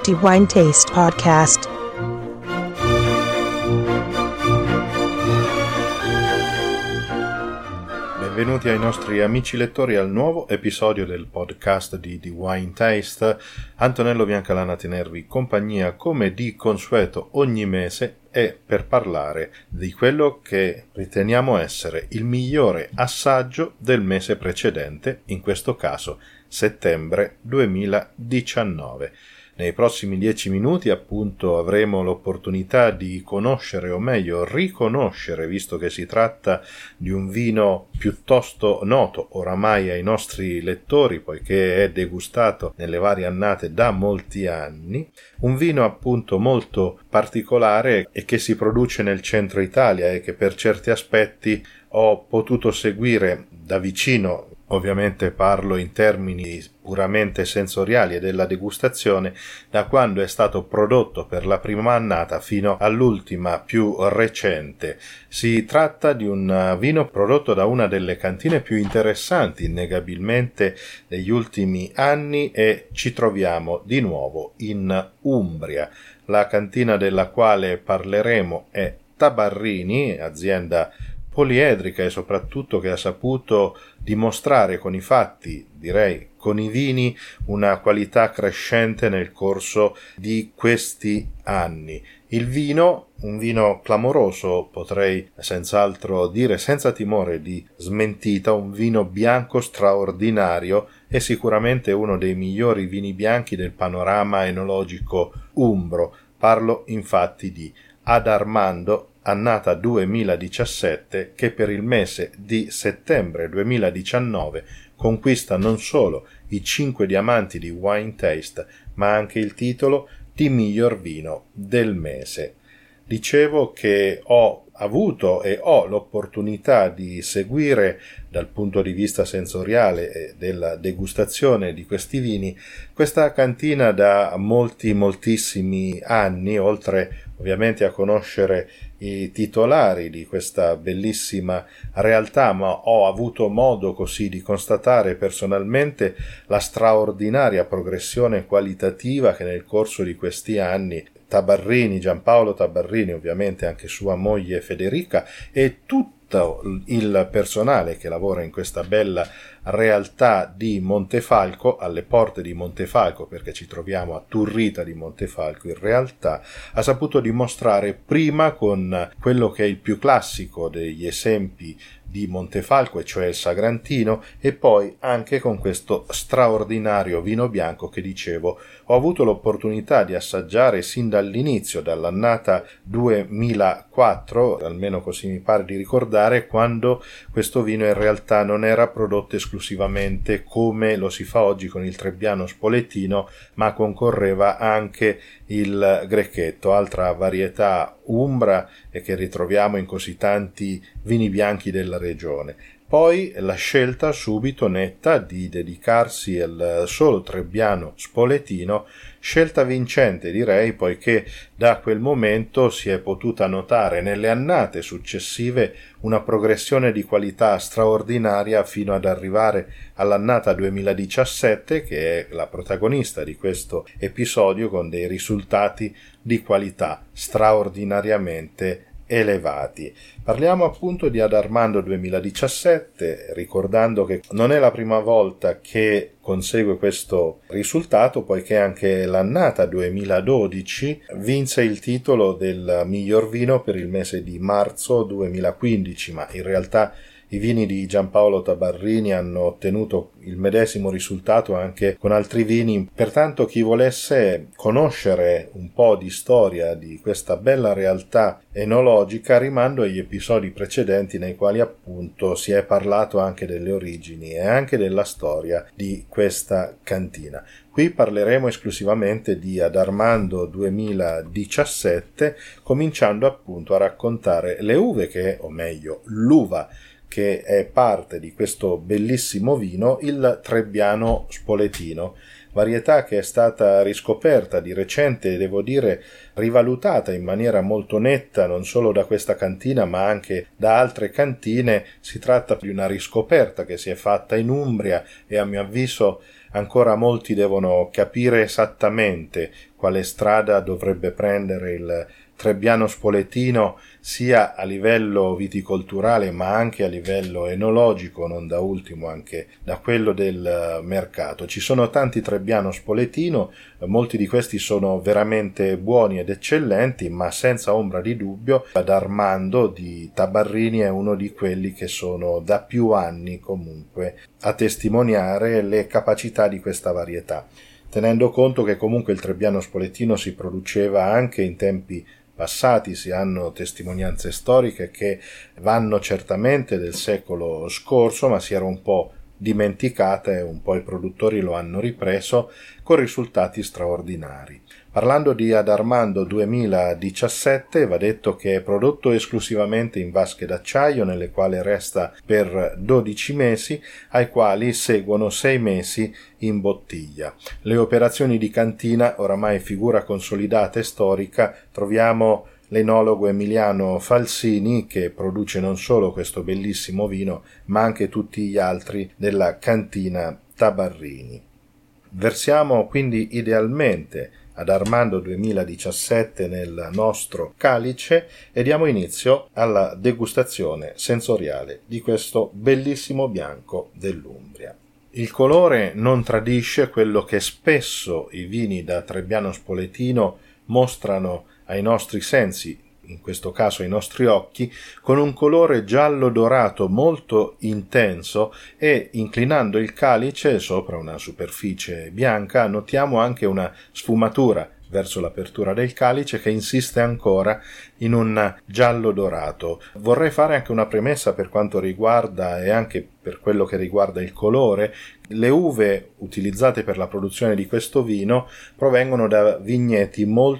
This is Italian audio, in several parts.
The Wine Taste Podcast. Benvenuti ai nostri amici lettori al nuovo episodio del podcast di The Wine Taste. Antonello Biancalana a tenervi compagnia come di consueto ogni mese e per parlare di quello che riteniamo essere il migliore assaggio del mese precedente, in questo caso settembre 2019. Nei prossimi 10 minuti appunto avremo l'opportunità di conoscere o meglio riconoscere, visto che si tratta di un vino piuttosto noto oramai ai nostri lettori poiché è degustato nelle varie annate da molti anni, un vino appunto molto particolare e che si produce nel centro Italia e che per certi aspetti ho potuto seguire da vicino. Ovviamente parlo in termini puramente sensoriali e della degustazione, da quando è stato prodotto per la prima annata fino all'ultima più recente. Si tratta di un vino prodotto da una delle cantine più interessanti innegabilmente degli ultimi anni e ci troviamo di nuovo in Umbria. La cantina della quale parleremo è Tabarrini, azienda poliedrica e soprattutto che ha saputo dimostrare con i fatti, direi con i vini, una qualità crescente nel corso di questi anni. Il vino, un vino clamoroso, potrei senz'altro dire senza timore di smentita, un vino bianco straordinario e sicuramente uno dei migliori vini bianchi del panorama enologico umbro. Parlo infatti di Adarmando annata 2017 che per il mese di settembre 2019 conquista non solo i 5 diamanti di Wine Taste ma anche il titolo di miglior vino del mese. Dicevo che ho avuto e ho l'opportunità di seguire dal punto di vista sensoriale e della degustazione di questi vini questa cantina da moltissimi anni, oltre ovviamente a conoscere i titolari di questa bellissima realtà, ma ho avuto modo così di constatare personalmente la straordinaria progressione qualitativa che nel corso di questi anni Tabarrini, Giampaolo Tabarrini, ovviamente anche sua moglie Federica e tutto il personale che lavora in questa bella realtà di Montefalco, alle porte di Montefalco, perché ci troviamo a Turrita di Montefalco in realtà, ha saputo dimostrare prima con quello che è il più classico degli esempi di Montefalco, e cioè il Sagrantino, e poi anche con questo straordinario vino bianco che dicevo ho avuto l'opportunità di assaggiare sin dall'inizio, dall'annata 2004, almeno così mi pare di ricordare, quando questo vino in realtà non era prodotto esclusivamente come lo si fa oggi con il Trebbiano Spoletino, ma concorreva anche il Grecchetto, altra varietà umbra e che ritroviamo in così tanti vini bianchi della regione. Poi la scelta subito netta di dedicarsi al solo Trebbiano Spoletino, scelta vincente direi, poiché da quel momento si è potuta notare nelle annate successive una progressione di qualità straordinaria fino ad arrivare all'annata 2017, che è la protagonista di questo episodio, con dei risultati di qualità straordinariamente elevati. Parliamo appunto di Adarmando 2017, ricordando che non è la prima volta che consegue questo risultato, poiché anche l'annata 2012 vinse il titolo del miglior vino per il mese di marzo 2015, ma in realtà i vini di Giampaolo Tabarrini hanno ottenuto il medesimo risultato anche con altri vini, pertanto chi volesse conoscere un po' di storia di questa bella realtà enologica rimando agli episodi precedenti nei quali appunto si è parlato anche delle origini e anche della storia di questa cantina. Qui parleremo esclusivamente di Adarmando 2017, cominciando appunto a raccontare le uve o meglio l'uva che è parte di questo bellissimo vino, il Trebbiano Spoletino, varietà che è stata riscoperta di recente e devo dire rivalutata in maniera molto netta non solo da questa cantina ma anche da altre cantine. Si tratta di una riscoperta che si è fatta in Umbria e a mio avviso ancora molti devono capire esattamente quale strada dovrebbe prendere il Trebbiano Spoletino, sia a livello viticolturale ma anche a livello enologico, non da ultimo anche da quello del mercato. Ci sono tanti Trebbiano Spoletino, molti di questi sono veramente buoni ed eccellenti, ma senza ombra di dubbio ad Armando di Tabarrini è uno di quelli che sono da più anni comunque a testimoniare le capacità di questa varietà, tenendo conto che comunque il Trebbiano Spoletino si produceva anche in tempi passati. Si hanno testimonianze storiche che vanno certamente del secolo scorso, ma si era un po' dimenticata e un po' i produttori lo hanno ripreso con risultati straordinari. Parlando di Ad Armando 2017, va detto che è prodotto esclusivamente in vasche d'acciaio, nelle quali resta per 12 mesi, ai quali seguono 6 mesi in bottiglia. Le operazioni di cantina, oramai figura consolidata e storica, troviamo l'enologo Emiliano Falsini, che produce non solo questo bellissimo vino, ma anche tutti gli altri della cantina Tabarrini. Versiamo quindi idealmente Ad Armando 2017 nel nostro calice e diamo inizio alla degustazione sensoriale di questo bellissimo bianco dell'Umbria. Il colore non tradisce quello che spesso i vini da Trebbiano Spoletino mostrano ai nostri sensi, in questo caso ai nostri occhi, con un colore giallo dorato molto intenso, e inclinando il calice sopra una superficie bianca notiamo anche una sfumatura verso l'apertura del calice che insiste ancora in un giallo dorato. Vorrei fare anche una premessa per quanto riguarda e anche per quello che riguarda il colore. Le uve utilizzate per la produzione di questo vino provengono da vigneti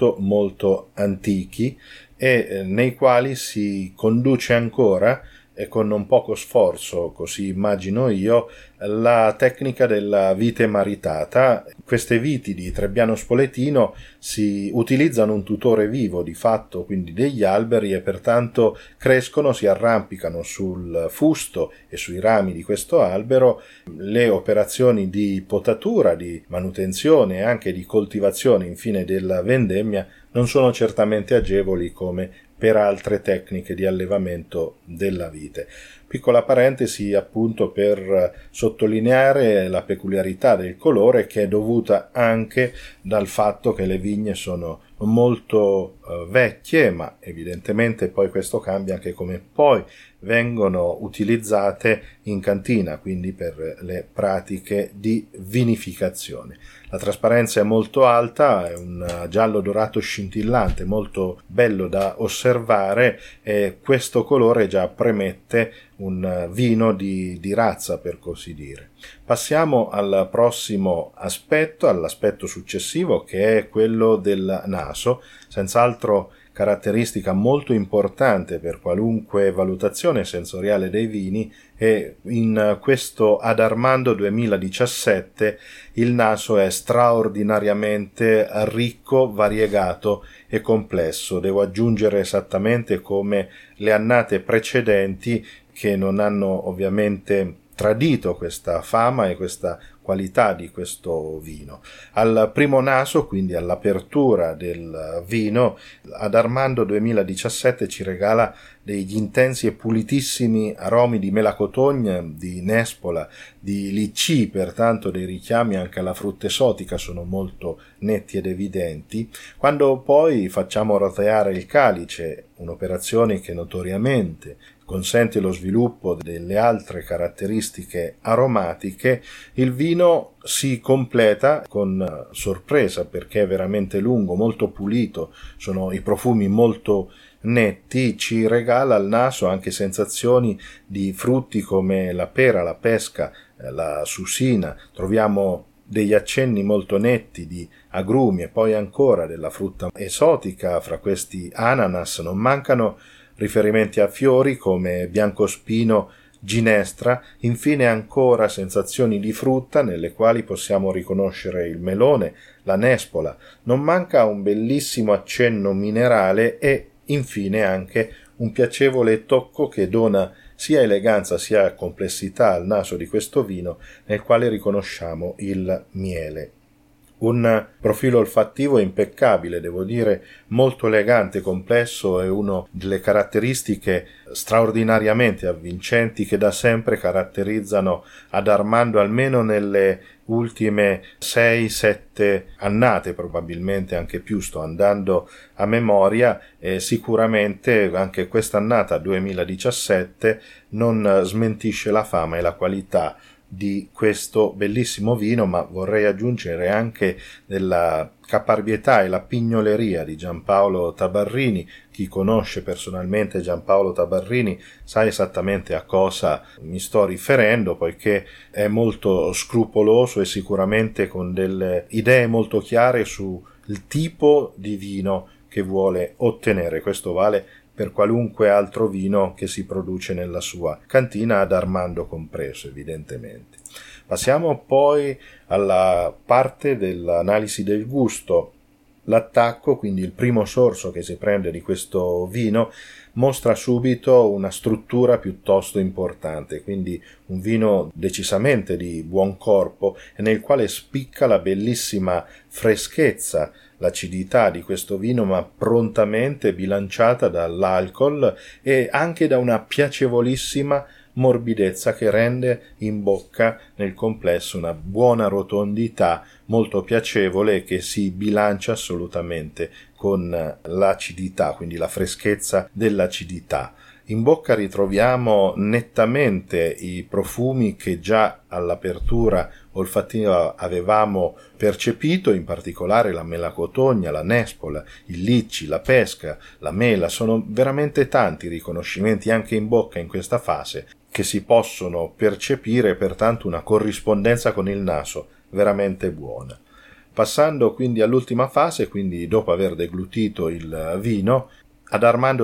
molto antichi e nei quali si conduce ancora, e con non poco sforzo, così immagino io, la tecnica della vite maritata. Queste viti di Trebbiano Spoletino si utilizzano un tutore vivo di fatto, quindi degli alberi, e pertanto crescono, si arrampicano sul fusto e sui rami di questo albero. Le operazioni di potatura, di manutenzione e anche di coltivazione infine della vendemmia non sono certamente agevoli come per altre tecniche di allevamento della vite. Piccola parentesi appunto per sottolineare la peculiarità del colore, che è dovuta anche dal fatto che le vigne sono molto vecchie, ma evidentemente poi questo cambia anche come poi vengono utilizzate in cantina, quindi per le pratiche di vinificazione. La trasparenza è molto alta, è un giallo dorato scintillante, molto bello da osservare, e questo colore già premette un vino di razza, per così dire. Passiamo al prossimo aspetto, all'aspetto successivo, che è quello del naso, senz'altro caratteristica molto importante per qualunque valutazione sensoriale dei vini, e in questo Ad Armando 2017 il naso è straordinariamente ricco, variegato e complesso. Devo aggiungere esattamente come le annate precedenti, che non hanno ovviamente tradito questa fama e questa qualità di questo vino. Al primo naso, quindi all'apertura del vino, Ad Armando 2017 ci regala degli intensi e pulitissimi aromi di melacotogne, di nespola, di licci, pertanto dei richiami anche alla frutta esotica sono molto netti ed evidenti. Quando poi facciamo roteare il calice, un'operazione che notoriamente consente lo sviluppo delle altre caratteristiche aromatiche, il vino si completa con sorpresa, perché è veramente lungo, molto pulito, sono i profumi molto netti, ci regala al naso anche sensazioni di frutti come la pera, la pesca, la susina. Troviamo degli accenni molto netti di agrumi e poi ancora della frutta esotica. Fra questi ananas non mancano riferimenti a fiori come biancospino, ginestra, infine ancora sensazioni di frutta nelle quali possiamo riconoscere il melone, la nespola. Non manca un bellissimo accenno minerale e infine anche un piacevole tocco che dona sia eleganza sia complessità al naso di questo vino, nel quale riconosciamo il miele. Un profilo olfattivo impeccabile, devo dire, molto elegante, complesso, è una delle caratteristiche straordinariamente avvincenti che da sempre caratterizzano ad Armando, almeno nelle ultime 6-7 annate, probabilmente anche più, sto andando a memoria, e sicuramente anche quest'annata 2017 non smentisce la fama e la qualità di questo bellissimo vino, ma vorrei aggiungere anche della caparbietà e la pignoleria di Giampaolo Tabarrini. Chi conosce personalmente Giampaolo Tabarrini sa esattamente a cosa mi sto riferendo, poiché è molto scrupoloso e sicuramente con delle idee molto chiare sul tipo di vino che vuole ottenere. Questo vale per qualunque altro vino che si produce nella sua cantina, ad Armando compreso, evidentemente. Passiamo poi alla parte dell'analisi del gusto. L'attacco, quindi il primo sorso che si prende di questo vino, mostra subito una struttura piuttosto importante, quindi un vino decisamente di buon corpo e nel quale spicca la bellissima freschezza, l'acidità di questo vino, ma prontamente bilanciata dall'alcol e anche da una piacevolissima morbidezza che rende in bocca nel complesso una buona rotondità molto piacevole e che si bilancia assolutamente con l'acidità, quindi la freschezza dell'acidità. In bocca ritroviamo nettamente i profumi che già all'apertura olfattiva avevamo percepito, in particolare la melacotogna, la nespola, il licci, la pesca, la mela. Sono veramente tanti i riconoscimenti anche in bocca in questa fase che si possono percepire, pertanto una corrispondenza con il naso veramente buona. Passando quindi all'ultima fase, quindi dopo aver deglutito il vino, ad Armando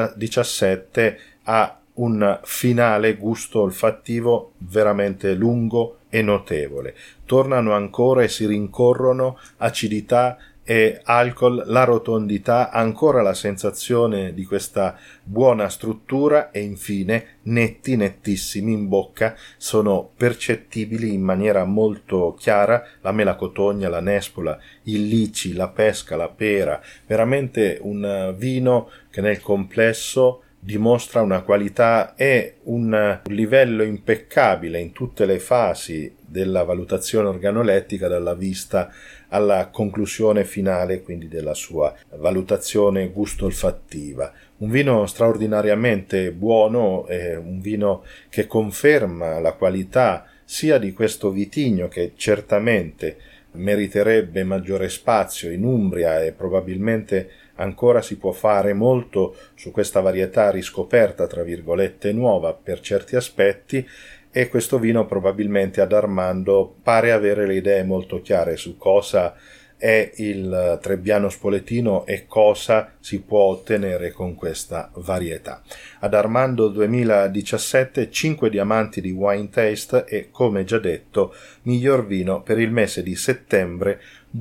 2017 ha un finale gusto olfattivo veramente lungo e notevole. Tornano ancora e si rincorrono acidità e alcol, la rotondità, ancora la sensazione di questa buona struttura e infine nettissimi in bocca, sono percettibili in maniera molto chiara la melacotogna, la nespola, il lici, la pesca, la pera, veramente un vino che nel complesso dimostra una qualità e un livello impeccabile in tutte le fasi della valutazione organolettica, dalla vista alla conclusione finale, quindi della sua valutazione gusto-olfattiva. Un vino straordinariamente buono, un vino che conferma la qualità sia di questo vitigno, che certamente meriterebbe maggiore spazio in Umbria e probabilmente ancora si può fare molto su questa varietà riscoperta, tra virgolette, nuova per certi aspetti, e questo vino probabilmente ad Armando pare avere le idee molto chiare su cosa è il Trebbiano Spoletino e cosa si può ottenere con questa varietà. Ad Armando 2017 5 diamanti di Wine Taste e, come già detto, miglior vino per il mese di settembre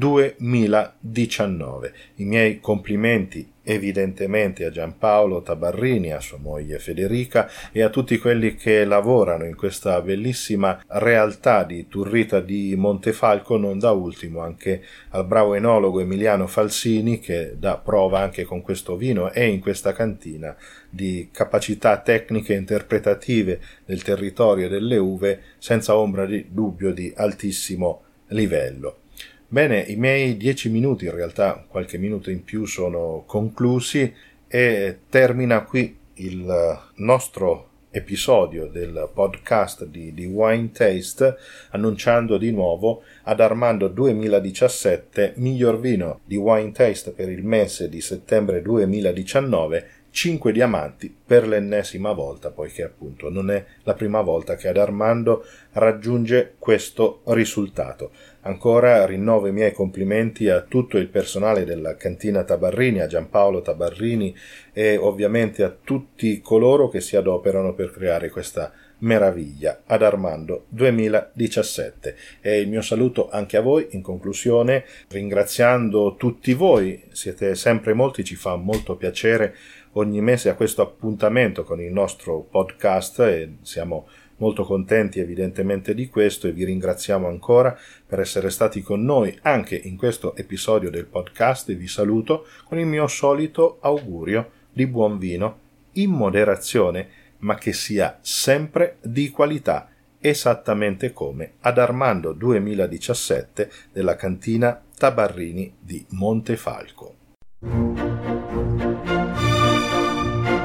2019. I miei complimenti evidentemente a Giampaolo Tabarrini, a sua moglie Federica e a tutti quelli che lavorano in questa bellissima realtà di Turrita di Montefalco, non da ultimo anche al bravo enologo Emiliano Falsini, che dà prova anche con questo vino e in questa cantina di capacità tecniche e interpretative del territorio e delle uve senza ombra di dubbio di altissimo livello. Bene, i miei 10 minuti, in realtà qualche minuto in più, sono conclusi e termina qui il nostro episodio del podcast di Wine Taste, annunciando di nuovo ad Armando 2017 miglior vino di Wine Taste per il mese di settembre 2019, 5 diamanti per l'ennesima volta, poiché appunto non è la prima volta che ad Armando raggiunge questo risultato. Ancora rinnovo i miei complimenti a tutto il personale della cantina Tabarrini, a Giampaolo Tabarrini e ovviamente a tutti coloro che si adoperano per creare questa meraviglia ad Armando 2017. E il mio saluto anche a voi in conclusione, ringraziando tutti voi, siete sempre molti, ci fa molto piacere ogni mese a questo appuntamento con il nostro podcast e siamo molto contenti evidentemente di questo e vi ringraziamo ancora per essere stati con noi anche in questo episodio del podcast e vi saluto con il mio solito augurio di buon vino in moderazione, ma che sia sempre di qualità, esattamente come ad Armando 2017 della cantina Tabarrini di Montefalco.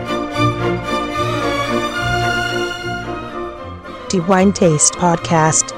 The Wine Taste Podcast.